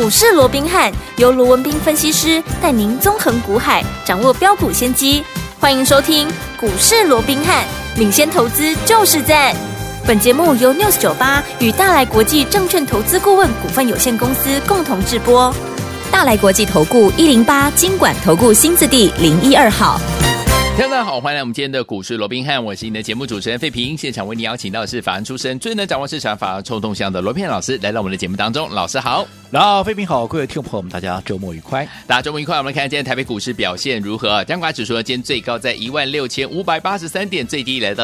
市罗宾汉由罗文彬分析师带您纵横股海，掌握标股先机。欢迎收听股市罗宾汉，领先投资就是赞。本节目由 News98 与大来国际证券投资顾问股份有限公司共同制播。大来国际投顾108金管投顾新字第012号。 大家好，欢迎来我们今天的股市罗宾汉，我是你的节目主持人费平。现场为你邀请到的是法案出身、最能掌握市场法案臭动向的罗宾汉老师，来到我们的节目当中。老师好。 费平好，各位听众朋友们，大家周末愉快。 大家周末愉快。我们看看今天台北股市表现如何？加权指数呢，今天最高在16583点，最低来到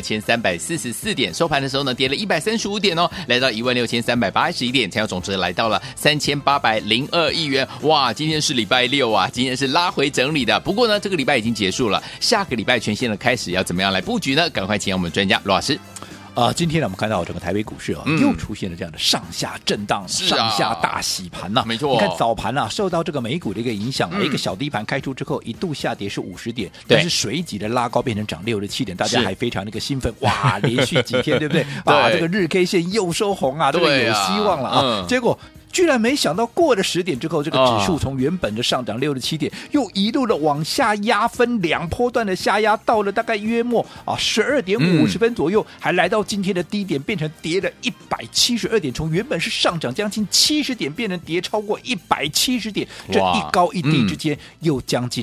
16344点，收盘的时候呢，跌了135点哦，来到16381点，成交总值来到了3802亿元。哇，今天是礼拜六啊，今天是拉回整理的。不过呢，这个礼拜已经结束了，下个礼拜全线的开始要怎么样来布局呢？赶快请我们专家罗老师。 今天呢，我们看到整个台北股市又出现了这样的上下震荡、上下大洗盘呐。 没错， 你看早盘受到这个美股的一个影响，一个小低盘开出之后，一度下跌是50点，但是随即的拉高变成涨67点，大家还非常的一个兴奋，哇，连续几天对不对？这个日 K 线又收红啊，这个有希望了啊。结果居然没想到过了10点之后，这个指数从原本的上涨67点，又一路的往下压，分两波段的下压，到了大概约莫12点50分左右，还来到今天的低点，变成跌了172点，从原本是上涨将近70点，变成跌超过170点，这一高一低之间又将近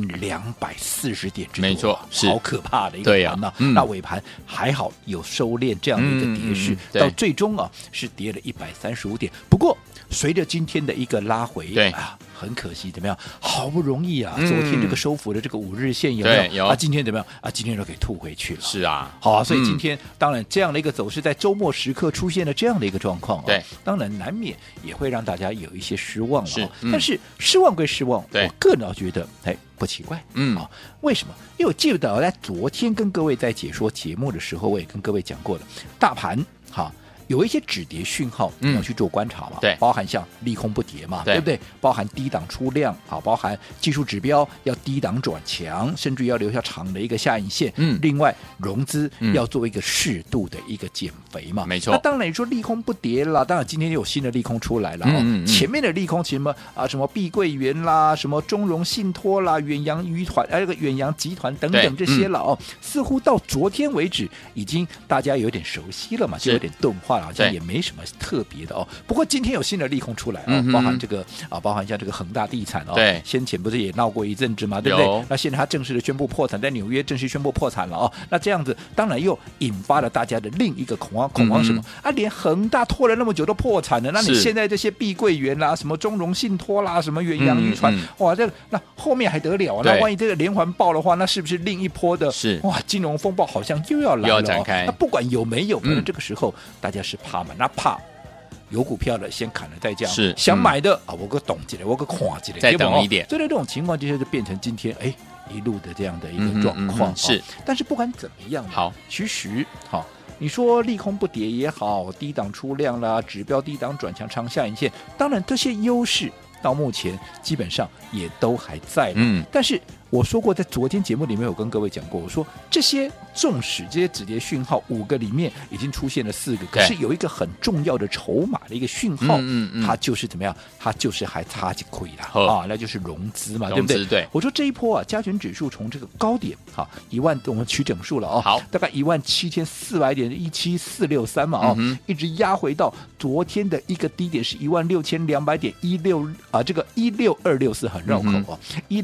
240点之多， 没错，是好可怕的一个盘呐。那尾盘还好有收敛这样的一个跌势，到最终是跌了135点。不过随着今天的一个拉回， 对很可惜，怎么样？好不容易昨天这个收复的这个5日线有没有？今天怎么样？今天都给吐回去了。 是啊， 好所以今天当然这样的一个走势，在周末时刻出现了这样的一个状况， 对， 当然难免也会让大家有一些失望了。但是失望归失望，我个人觉得，不奇怪，为什么？因为我记得我在昨天跟各位在解说节目的时候，我也跟各位讲过了，大盘有一些止跌讯号你要去做观察嘛， 对， 包含像利空不跌嘛，对不对？包含低档出量包含技术指标要低档转强，甚至要留下长的一个下影线。另外融资要做一个适度的一个减肥嘛， 没错。 那当然你说利空不跌啦，当然今天有新的利空出来了前面的利空什么什么碧桂园啦，什么中融信托啦，远洋渔团这个远洋集团等等这些了似乎到昨天为止已经大家有点熟悉了嘛，就有点钝化。好像也没什么特别的不过今天有新的利空出来包含这个包含像这个恒大地产对， 先前不是也闹过一阵子嘛，对不对？那现在他正式的宣布破产，在纽约正式宣布破产了那这样子当然又引发了大家的另一个恐慌什么连恒大拖了那么久都破产了，那你现在这些碧桂园啦，什么中融信托啦，什么远洋渔船哇，那后面还得了那万一这个连环爆的话，那是不是另一波的金融风暴好像又要来了展开那不管有没有，可能这个时候大家是怕嘛？那怕有股票的先砍了再降， 是想买的我个懂起来，我个看起来， 再等一点。 所以这种情况就变成今天一路的这样的一个状况是。 但是不管怎么样， 好， 其实你说利空不跌也好，低档出量啦，指标低档转强长下影线，当然这些优势到目前基本上也都还在但是我说过，在昨天节目里面有跟各位讲过，我说这些纵使这些止跌讯号5个里面已经出现了4个，可是有一个很重要的筹码的一个讯号，它就是怎么样？它就是还差几亏啦那就是融资嘛，对不对？ 对， 我说这一波加权指数从这个高点1万，我们取整数了好， 大概17400点17463嘛一直压回到昨天的一个低点是16200点这个16264很绕口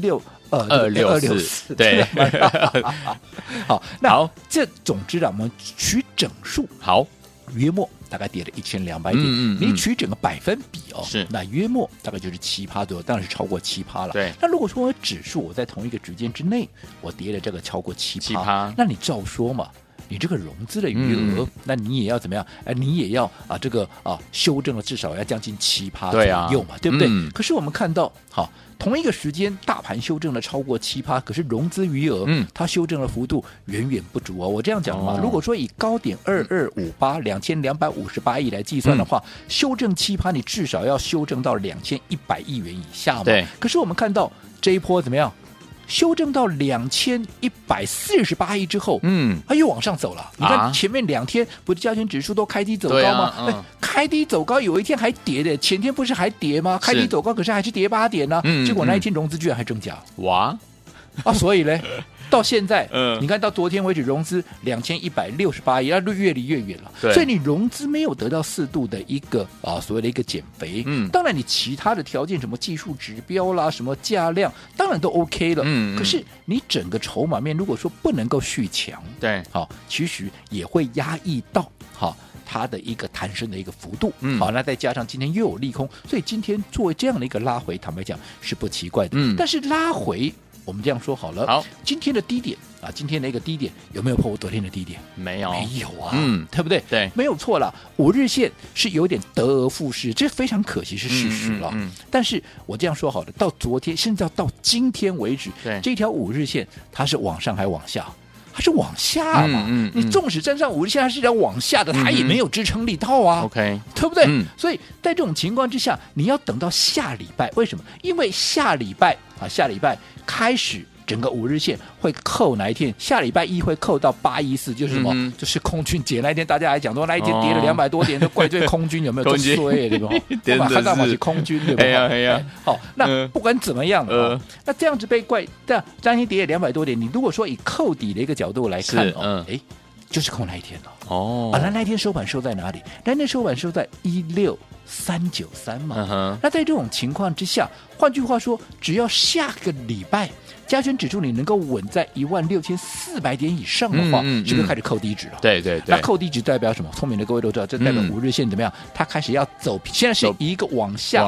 16264 对好，那这总之我们取整数好， 约莫大概跌了1200点你取整个百分比是那约莫大概就是7%左右，当然是超过7%了。 对， 那如果说指数我在同一个时间之内我跌了这个超过7%，那你照说嘛，你这个融资的余额那你也要怎么样？你也要这个修正了，至少要将近7%左右嘛，对不对？可是我们看到同一个时间大盘修正了超过7%，可是融资余额它修正的幅度远远不足我这样讲嘛，如果说以高点22582258亿来计算的话，修正7%你至少要修正到2100亿元以下嘛。 对， 可是我们看到这一波怎么样？ 修正到2148亿之后，它又往上走了。你看前面2天不是加权指数都开低走高吗？开低走高，有一天还跌的，前天不是还跌吗？开低走高，可是还是跌8点呢。结果那一天融资居然还增加， 哇！ 所以呢，到现在，你看到昨天为止融资2168亿，那越离越远了。所以你融资没有得到适度的一个所谓的一个减肥。当然你其他的条件，什么技术指标啦，什么价量，当然都 OK 了。可是你整个筹码面如果说不能够续强， 对， 其实也会压抑到它的一个弹升的一个幅度。好，那再加上今天又有利空，所以今天作为这样的一个拉回，坦白讲是不奇怪的。但是拉回。我们这样说好了， 好， 今天的低点今天的一个低点有没有破昨天的低点？ 没有啊，对不对？ 对， 没有错了。5日线是有点得而复失，这非常可惜是事实了。但是我这样说好了，到昨天甚至到今天为止，这条5日线它是往上还往下？它是往下嘛？你纵使站上5日线，它是条往下的，它也没有支撑力道啊。 OK， 对不对？所以在这种情况之下，你要等到下礼拜，为什么？因为下礼拜开始整个5日线会扣哪一天？下礼拜1会扣到814，就是什么？就是空军节那一天，大家还讲说那一天跌了200多点，都怪罪空军有没有？空军对吧？ 真的是， 看到是空军对吧？好，那不管怎么样，那这样子被怪，这样当天跌了200多点，你如果说以扣底的一个角度来看，就是扣那一天了。那一天收盘收在哪里？那天收盘收在16393嘛。那在这种情况之下，换句话说，只要下个礼拜加权指数你能够稳在16400点以上的话，是不是开始扣低值了？ 对。 那扣低值代表什么？聪明的各位都知道，这代表5日线怎么样？它开始要走，现在是一个往下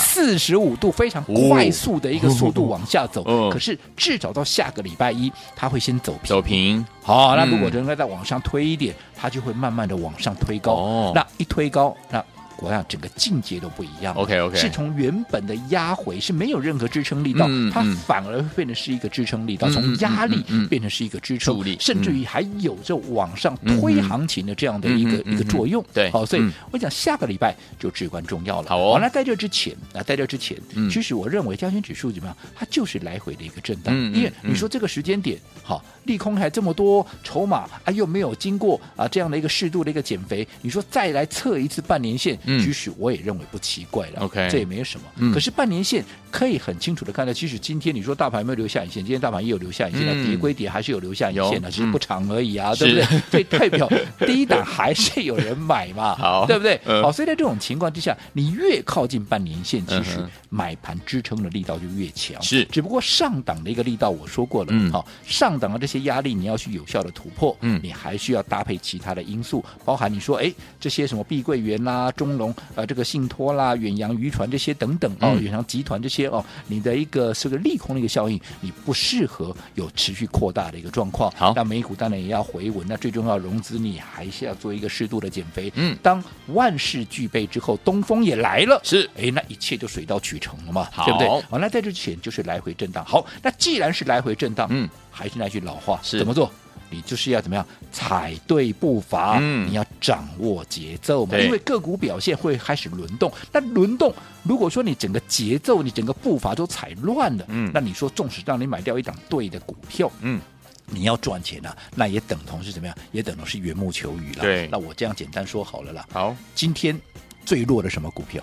45度非常快速的一个速度往下走。可是至少到下个礼拜1，它会先走平。好，那如果人家再往上推一点，它就会慢慢的往上推高。那一推高，那我想整个境界都不一样。 OK， 是从原本的压回是没有任何支撑力道，它反而变成是一个支撑力道，从压力变成是一个支撑力，甚至于还有着往上推行情的这样的一个作用。 对， 好，所以我讲下个礼拜就至关重要了。 好， 那在这之前，其实我认为加权指数怎么样，它就是来回的一个震荡。因为你说这个时间点，好，利空还这么多，筹码又没有经过这样的一个适度的一个减肥，你说再来测一次半年线。其实我也认为不奇怪了。 OK， 这也没什么。可是半年线可以很清楚的看到，其实今天你说大盘有没有留下影线？今天大盘也有留下影线，跌归跌，还是有留下影线的，只是不长而已啊，对不对？所以代表第一档还是有人买嘛，对不对？好，所以在这种情况之下，你越靠近半年线，其实买盘支撑的力道就越强。 是， 只不过上档的一个力道我说过了，好，上档的这些压力你要去有效的突破，你还需要搭配其他的因素，包含你说这些什么碧桂园啦、中龙这个信托啦、远洋渔船这些等等远洋集团这些你的一个这个利空的一个效应，你不适合有持续扩大的一个状况。 好， 那美股当然也要回稳，那最重要融资你还是要做一个适度的减肥。当万事俱备之后，东风也来了， 是那一切就水到渠成了嘛，对不对？好，那在这之前就是来回震荡。好，那既然是来回震荡，还是那句老话，怎么做？你就是要怎么样踩对步伐，你要掌握节奏嘛，因为个股表现会开始轮动。那轮动，如果说你整个节奏、你整个步伐都踩乱了，那你说纵使让你买掉一档对的股票，你要赚钱那也等同是怎么样？也等同是缘木求鱼了。 对， 那我这样简单说好了啦。 好， 今天最弱的什么股票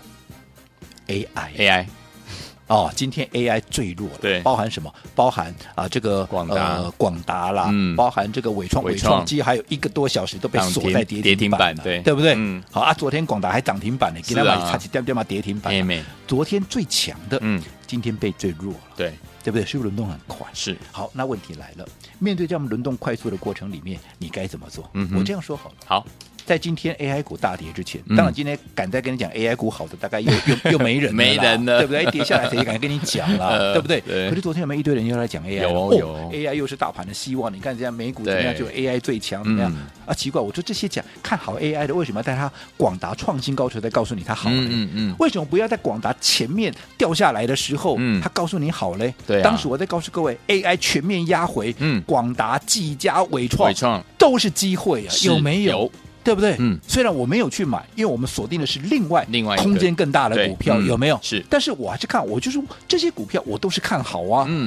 ？AI。今天 AI 最弱了， 对， 包含什么？包含这个广达啦，包含这个伟创机，还有1个多小时都被锁在跌停板，对不对？好昨天广达还涨停板呢，给他买差几点嘛跌停板。昨天最强的，今天被最弱了，对不对？是不是轮动很快？ 是。 好，那问题来了，面对这样轮动快速的过程里面，你该怎么做？我这样说好了。 好。 在今天 AI 股大跌之前，当然今天敢再跟你讲 AI 股好的大概又没人了， 没人了， 对不对？跌下来谁敢跟你讲了，对不对？可是昨天有没有一堆人又来讲 AI？ 有 AI 又是大盘的希望。你看人家美股怎么样，就 AI 最强怎么样奇怪，我说这些讲看好 AI 的，为什么要在它广达创新高时再告诉你它好呢？为什么不要在广达前面掉下来的时候，他告诉你好嘞？当时我在告诉各位 AI 全面压回，广达、技嘉、伟创都是机会啊，有没有？对不对？虽然我没有去买，因为我们锁定的是另外空间更大的股票，有没有？ 是， 但是我还是看，我就是这些股票我都是看好啊。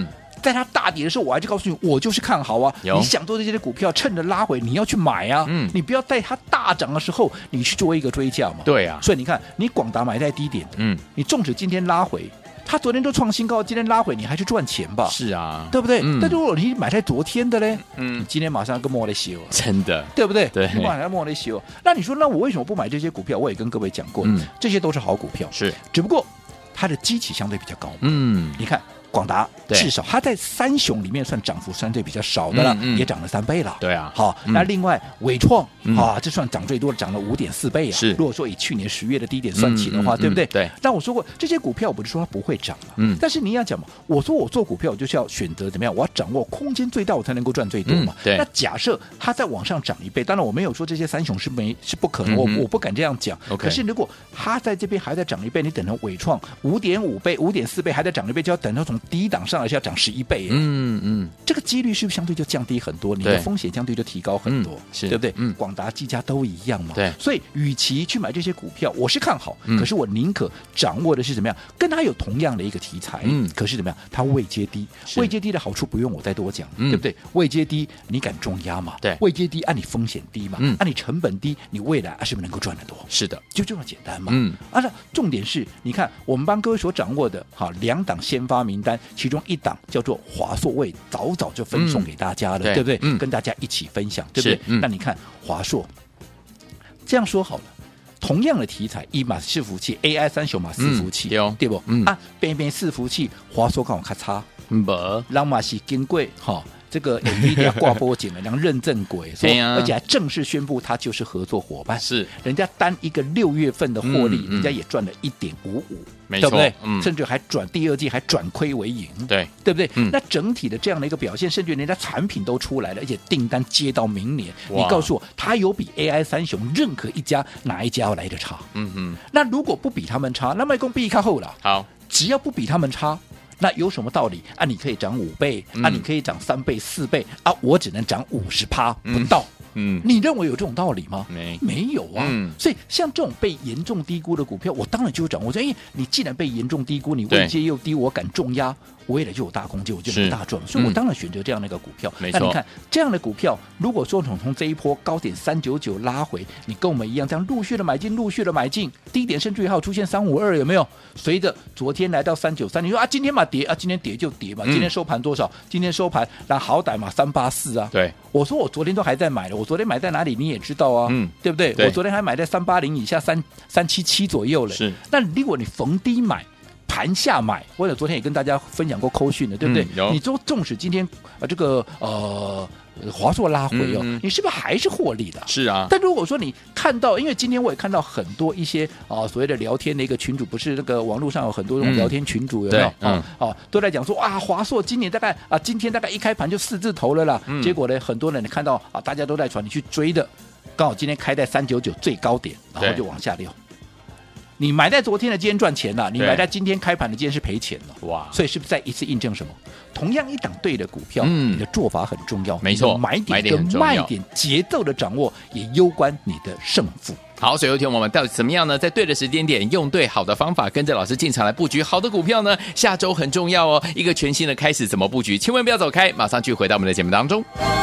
在它大跌的时候，我还是告诉你，我就是看好啊。你想做这些股票，趁着拉回你要去买啊。你不要在它大涨的时候你去做一个追价嘛。 对啊。 所以你看，你广达买在低点的，你纵使今天拉回。他昨天都创新高，今天拉回，你还是赚钱吧？ 是啊， 对不对？但如果你买在昨天的嘞，你今天马上跟莫雷修， 真的， 对不对？ 对， 你马上跟莫雷修。那你说，那我为什么不买这些股票？我也跟各位讲过，这些都是好股票， 是， 只不过它的基期相对比较高。你看。广达至少它在三雄里面算涨幅相对比较少的了，也涨了3倍了。 对啊， 好，那另外伟创这算涨最多的，涨了5.4倍啊。 是， 如果说以去年10月的低点算起的话，对不对？ 对。 但我说过，这些股票我不是说它不会涨嘛，但是你要讲嘛，我说我做股票我就是要选择怎么样，我要掌握空间最大，我才能够赚最多嘛。 对。 那假设它再往上涨1倍，当然我没有说这些三雄是不可能，我不敢这样讲。可是如果它在这边还在涨1倍，你等到伟创5.5倍、5.4倍还在涨1倍，就要等到从低档上来是要涨11倍。这个几率是不是相对就降低很多？你的风险相对就提高很多，对不对？广达、技嘉都一样嘛。 对。 所以，与其去买这些股票，我是看好，可是我宁可掌握的是怎么样，跟它有同样的一个题材，可是怎么样，它位阶低，位阶低的好处不用我再多讲，对不对？位阶低，你敢重压嘛？ 对。 位阶低，按你风险低嘛？按你成本低，你未来是不是能够赚得多？ 是的， 就这么简单嘛。那重点是，你看我们帮各位所掌握的2档先发名单，其中一档叫做华硕，我也早就分送给大家了，对不对？跟大家一起分享，对不对？那你看华硕，这样说好了，同样的题材，一码伺服器 AI 三雄嘛，伺服器，对不？边伺服器，华硕跟我咔嚓，让嘛是经过这个 NVIDIA 挂波景了，然后认证过，而且还正式宣布它就是合作伙伴。 是， 人家单一个6月份的获利，人家也赚了1.55， 没错， 对不对？甚至还第二季还转亏为盈， 对不对？那整体的这样的一个表现，甚至人家产品都出来了，而且订单接到明年，你告诉我，它有比 AI 三雄任何一家哪一家要来的差？那如果不比他们差，那么共比看后了。好，只要不比他们差。那有什么道理啊？你可以涨5倍啊，你可以涨3倍、4倍啊，我只能涨50%不到。你认为有这种道理吗？没有啊。所以像这种被严重低估的股票，我当然就掌握。你既然被严重低估，你位阶又低，我敢重压，我未来就有大空间，我就能大赚。所以我当然选择这样的一个股票。那你看这样的股票，如果说从这一波高点399拉回，你跟我们一样这样陆续的买进，低点甚至还有出现352，有没有？随着昨天来到393，你说啊，今天嘛跌啊，今天跌就跌嘛，今天收盘多少？今天收盘那好歹嘛384啊。对，我说我昨天都还在买了，我昨天买在哪里你也知道啊，对不对？我昨天还买在380以下377左右了。是，那如果你逢低买。盘下买，或者昨天也跟大家分享过扣讯的，对不对？你纵使今天这个华硕拉回你是不是还是获利的？是啊。但如果说你看到，因为今天我也看到很多一些所谓的聊天的一个群组，不是那个网络上有很多这种聊天群组，有没有？都在讲说啊，华硕今天大概一开盘就4字头了啦。结果呢，很多人你看到大家都在传，你去追的，刚好今天开在399最高点，然后就往下溜。你买在昨天的今天赚钱了，你买在今天开盘的今天是赔钱了。哇！所以是不是再一次印证什么？同样一档对的股票，你的做法很重要。没错，买点跟卖点节奏的掌握也攸关你的胜负。 好，所以有听我们到底怎么样呢？在对的时间点，用对好的方法，跟着老师进场来布局好的股票呢？下周很重要哦，一个全新的开始，怎么布局？千万不要走开，马上去回到我们的节目当中。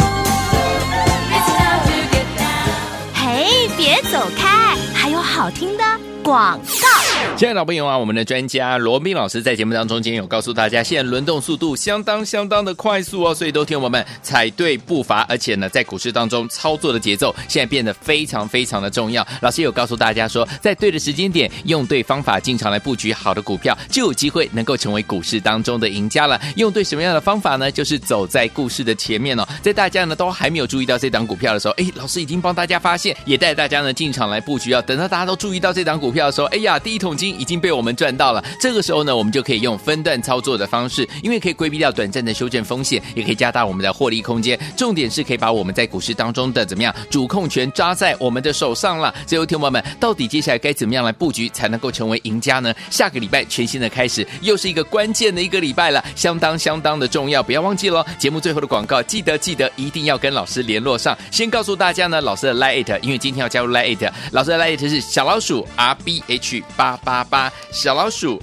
嘿，别走开，还有好听的广告。 亲爱的老朋友啊，我们的专家罗宾老师在节目当中今天有告诉大家，现在轮动速度相当的快速哦，所以都听我们踩对步伐，而且呢，在股市当中操作的节奏现在变得非常的重要。老师有告诉大家说，在对的时间点，用对方法进场来布局好的股票，就有机会能够成为股市当中的赢家了。用对什么样的方法呢？就是走在故事的前面哦。在大家呢都还没有注意到这档股票的时候，老师已经帮大家发现，也带大家呢进场来布局哦。等到大家都注意到这档股票的时候，第一桶金已经被我们赚到了。这个时候呢，我们就可以用分段操作的方式，因为可以规避掉短暂的修正风险，也可以加大我们的获利空间。重点是可以把我们在股市当中的怎么样主控权抓在我们的手上了。所以听众朋友们，到底接下来该怎么样来布局才能够成为赢家呢？下个礼拜全新的开始，又是一个关键的一个礼拜了，相当的重要，不要忘记了。节目最后的广告，记得一定要跟老师联络上。先告诉大家呢，老师的 Line 因为今天要加入 Line， 老师的 Line 是小老鼠 RBH88 888，小老鼠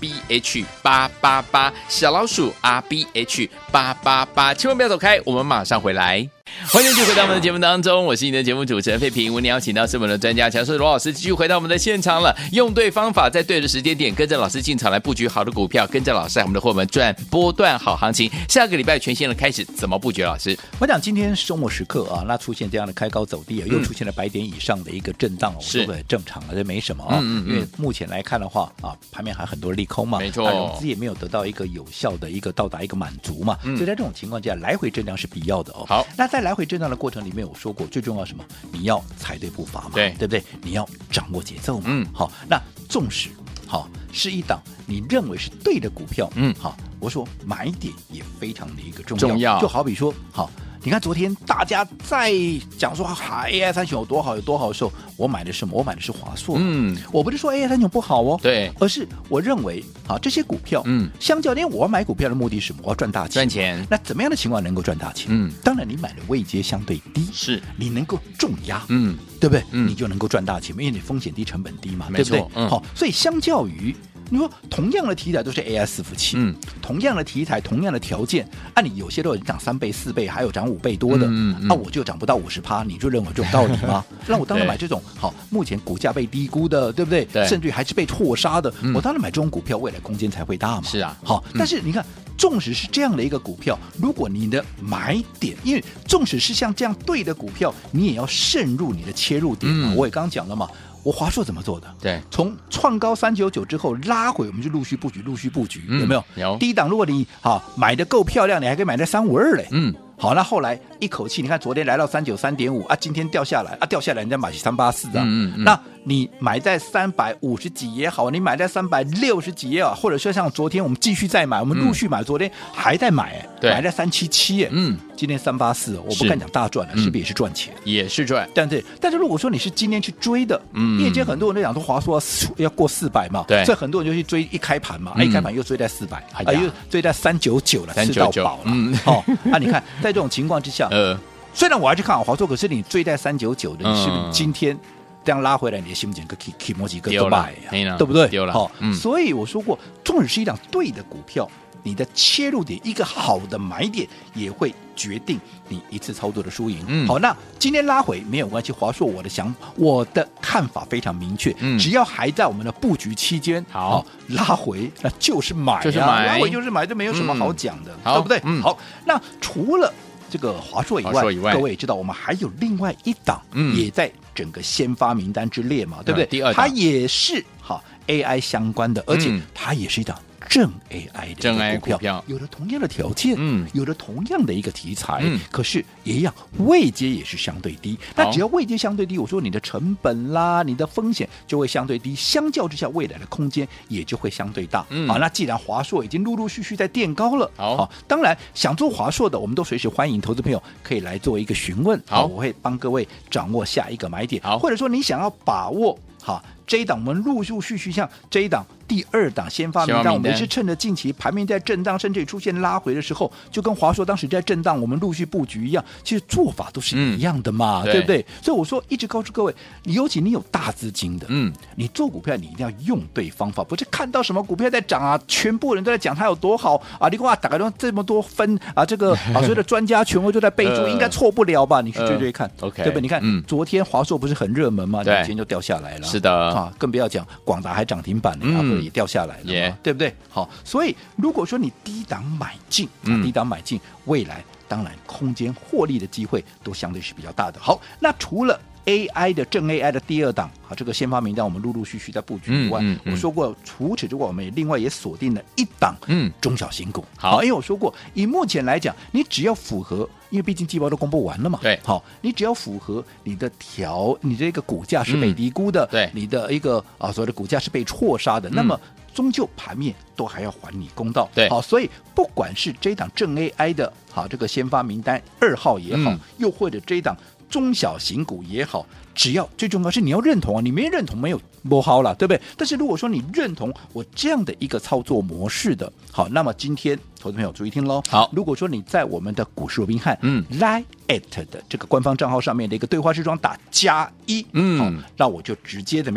RBH 888，小老鼠 RBH 888，千万不要走开，我们马上回来。欢迎继续回到我们的节目当中，我是你的节目主持人费平。我们邀请到是我们的专家强势罗老师，继续回到我们的现场了。用对方法，在对的时间点，跟着老师进场来布局好的股票，跟着老师我们的伙伴赚波段好行情。下个礼拜全新的开始，怎么布局？老师， 我讲今天是周末时刻啊，那出现这样的开高走低啊，又出现了100点以上的一个震荡， 是很正常了，这没什么啊。因为目前来看的话啊，盘面还很多利空嘛， 没错， 融资也没有得到一个有效的一个到达一个满足嘛，所以在这种情况下，来回震荡是必要的哦。 好， 那在来回震荡的过程里面，我说过最重要什么？你要踩对步伐嘛，对不对？你要掌握节奏嘛。好，那纵使好是一档你认为是对的股票，好，我说买点也非常的一个重要，就好比说，好。你看昨天大家在讲说AI 三雄有多好有多好的时候，我买的是什么？我买的是华硕。我不是说 AI 三雄不好哦， 对， 而是我认为啊这些股票，相较，因为我要买股票的目的是什么？我要赚大钱。 赚钱。 那怎么样的情况能够赚大钱？当然你买的位阶相对低，是你能够重压，对不对？你就能够赚大钱，因为你风险低、成本低嘛，对不对？好，所以相较于你说同样的题材都是 AI 伺服器，同样的题材、同样的条件，你有些都有涨3倍、4倍，还有涨5倍多的，我就涨不到50%，你就认为这种道理吗？那我当然买这种好，目前股价被低估的，对不对？甚至还是被错杀的，我当然买这种股票，未来空间才会大嘛。是啊，好，但是你看，纵使是这样的一个股票，如果你的买点，因为纵使是像这样对的股票，你也要慎入你的切入点嘛。我也刚刚讲了嘛。我华硕怎么做的？对，从创高399之后拉回，我们就陆续布局，有没有？有。低档如果你买的够漂亮，你还可以买在352嘞。好，那后来一口气，你看昨天来到393.5啊，今天掉下来人家买去384啊。那你买在350几也好，你买在360几也好，或者说像昨天我们继续再买，我们陆续买，昨天还在买，买在377，今天384，我不敢讲大赚了，是不是也是赚钱？也是赚。但是如果说你是今天去追的，因为今天很多人都讲说华硕要过400嘛，对，所以很多人就去追一开盘嘛，一开盘又追在400，又追在399了，吃到饱了。你看。在这种情况之下，虽然我还是看好华硕，可是你追在399的，你是不是今天这样拉回来，你的心情跟 K 摩几个都卖呀，对不对？丢了。好，所以我说过，纵使是一档对的股票，你的切入点一个好的买点，也会决定你一次操作的输赢。好，那今天拉回没有关系，华硕我的看法非常明确，只要还在我们的布局期间，好，拉回那就是买，拉回就是买，这没有什么好讲的，对不对？好，那除了这个华硕以外，各位也知道，我们还有另外一档，也在整个先发名单之列嘛，对不对？第二档它也是好 AI 相关的，而且它也是一档正 AI 的股票，有了同样的条件，有了同样的一个题材，可是也一样，位阶也是相对低。那只要位阶相对低，我说你的成本啦，你的风险就会相对低，相较之下，未来的空间也就会相对大。好，那既然华硕已经陆陆续续在垫高了，好，当然想做华硕的，我们都随时欢迎投资朋友可以来做一个询问，好，我会帮各位掌握下一个买点，或者说你想要把握好。这一档我们陆陆续续像这一档第二档先发名单，我们是趁着近期盘面在震荡，甚至出现拉回的时候，就跟华硕当时在震荡，我们陆续布局一样，其实做法都是一样的嘛，对不对？所以我说一直告诉各位，尤其你有大资金的，你做股票你一定要用对方法，不是看到什么股票在涨啊，全部人都在讲它有多好啊，你给我打个这么多分啊，这个所有的专家权威都在备注，应该错不了吧？你去追追看，对不对？你看昨天华硕不是很热门吗？今天就掉下来了，是的。更不要讲广达还涨停板呢，或者也掉下来了，对不对？好，所以如果说你低档买进，未来当然空间获利的机会都相对是比较大的。好，那除了 AI 的正 AI 的第二档，好，这个先发名单我们陆陆续续在布局以外，我说过，除此之外，我们也另外也锁定了一档中小型股。好，因为我说过，以目前来讲，你只要符合。因为毕竟季报都公布完了嘛，对，好，你只要符合你这个股价是被低估的，对，你的一个所谓的股价是被错杀的，那么终究盘面都还要还你公道，对，好，所以不管是这一档正 AI 的好这个先发名单2号也好，又或者这一档中小型股也好，只要最重要是你要认同啊，你没认同没有不好了，对不对？但是如果说你认同我这样的一个操作模式的，好，那么今天投资朋友注意听喽。好，如果说你在我们的股市罗宾汉Line@ 的这个官方账号上面的一个对话视窗打+1，好，那我就直接怎么样？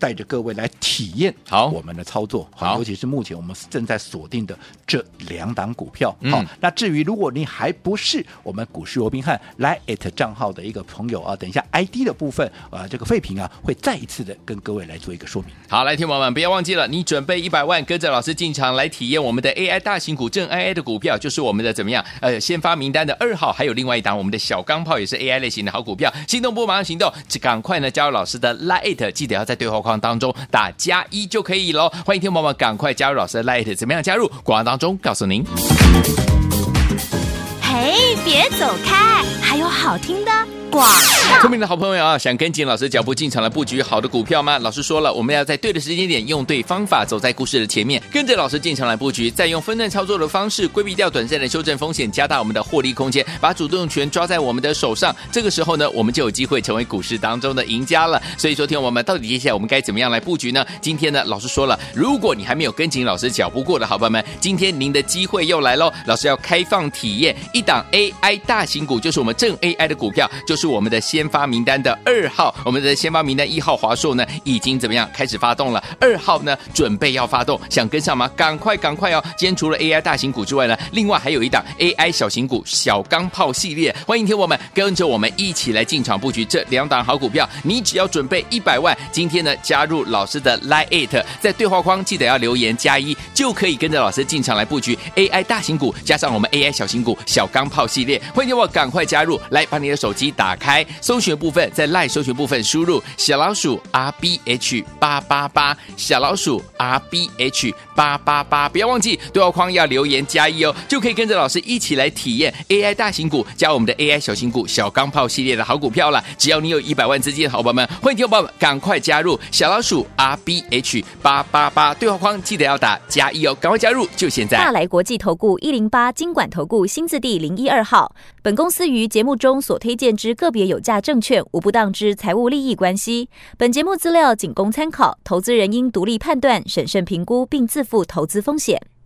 带着各位来体验好我们的操作， 好， 尤其是目前我们正在锁定的这2档股票。好，那至于如果你还不是我们股市罗宾汉 LINE@ 账号的一个朋友啊，等一下 ID 的部分这个废品啊会再一次的跟各位来做一个说明。 好，来，听众朋友们不要忘记了，你准备100万，跟着老师进场来体验我们的 AI 大型股正 AI 的股票，就是我们的怎么样？先发名单的2号，还有另外一档我们的小钢炮，也是 AI 类型的好股票。心动不马上行动，赶快呢加入老师的 LINE@，记得要在对话框当中打+1就可以咯。欢迎听众朋友们赶快加入老师的 LINE@，怎么样加入？广告当中告诉您。 嘿，别走开，还有好听的广告。 聪明的好朋友啊，想跟紧老师脚步进场来布局好的股票吗？老师说了，我们要在对的时间点，用对方法，走在故事的前面，跟着老师进场来布局，再用分段操作的方式，规避掉短暂的修正风险，加大我们的获利空间，把主动权抓在我们的手上。这个时候呢，我们就有机会成为股市当中的赢家了。所以说，听我们到底接下来我们该怎么样来布局呢？今天呢，老师说了，如果你还没有跟紧老师脚步过的好朋友们，今天您的机会又来喽！老师要开放体验一档 AI 大型股，就是我们正 AI 的股票，就是我们的先发名单的2号，我们的先发名单1号华硕呢，已经怎么样开始发动了？2号呢，准备要发动，想跟上吗？赶快哦！今天除了 AI 大型股之外呢，另外还有一档 AI 小型股小钢炮系列，欢迎听我们跟着我们一起来进场布局这2档好股票。你只要准备100万，今天呢加入老师的 LINE@，在对话框记得要留言+1，就可以跟着老师进场来布局 AI 大型股，加上我们 AI 小型股小钢炮系列。欢迎听我赶快加入，来把你的手机打开，搜寻部分在 LINE 搜寻部分输入小老鼠 RBH888， 小老鼠 RBH888， 不要忘记对话框要留言+1哦，就可以跟着老师一起来体验 AI 大型股加我们的 AI 小型股小钢炮系列的好股票了。只要你有100万资金的好朋友们，欢迎听众朋友们赶快加入小老鼠 RBH888， 对话框记得要打+1哦，赶快加入，就现在。 大来国际投顾108金管投顾新字第012号，本公司于节目中所推荐之个别有价证券无不当之财务利益关系，本节目资料仅供参考，投资人应独立判断、审慎评估并自负投资风险。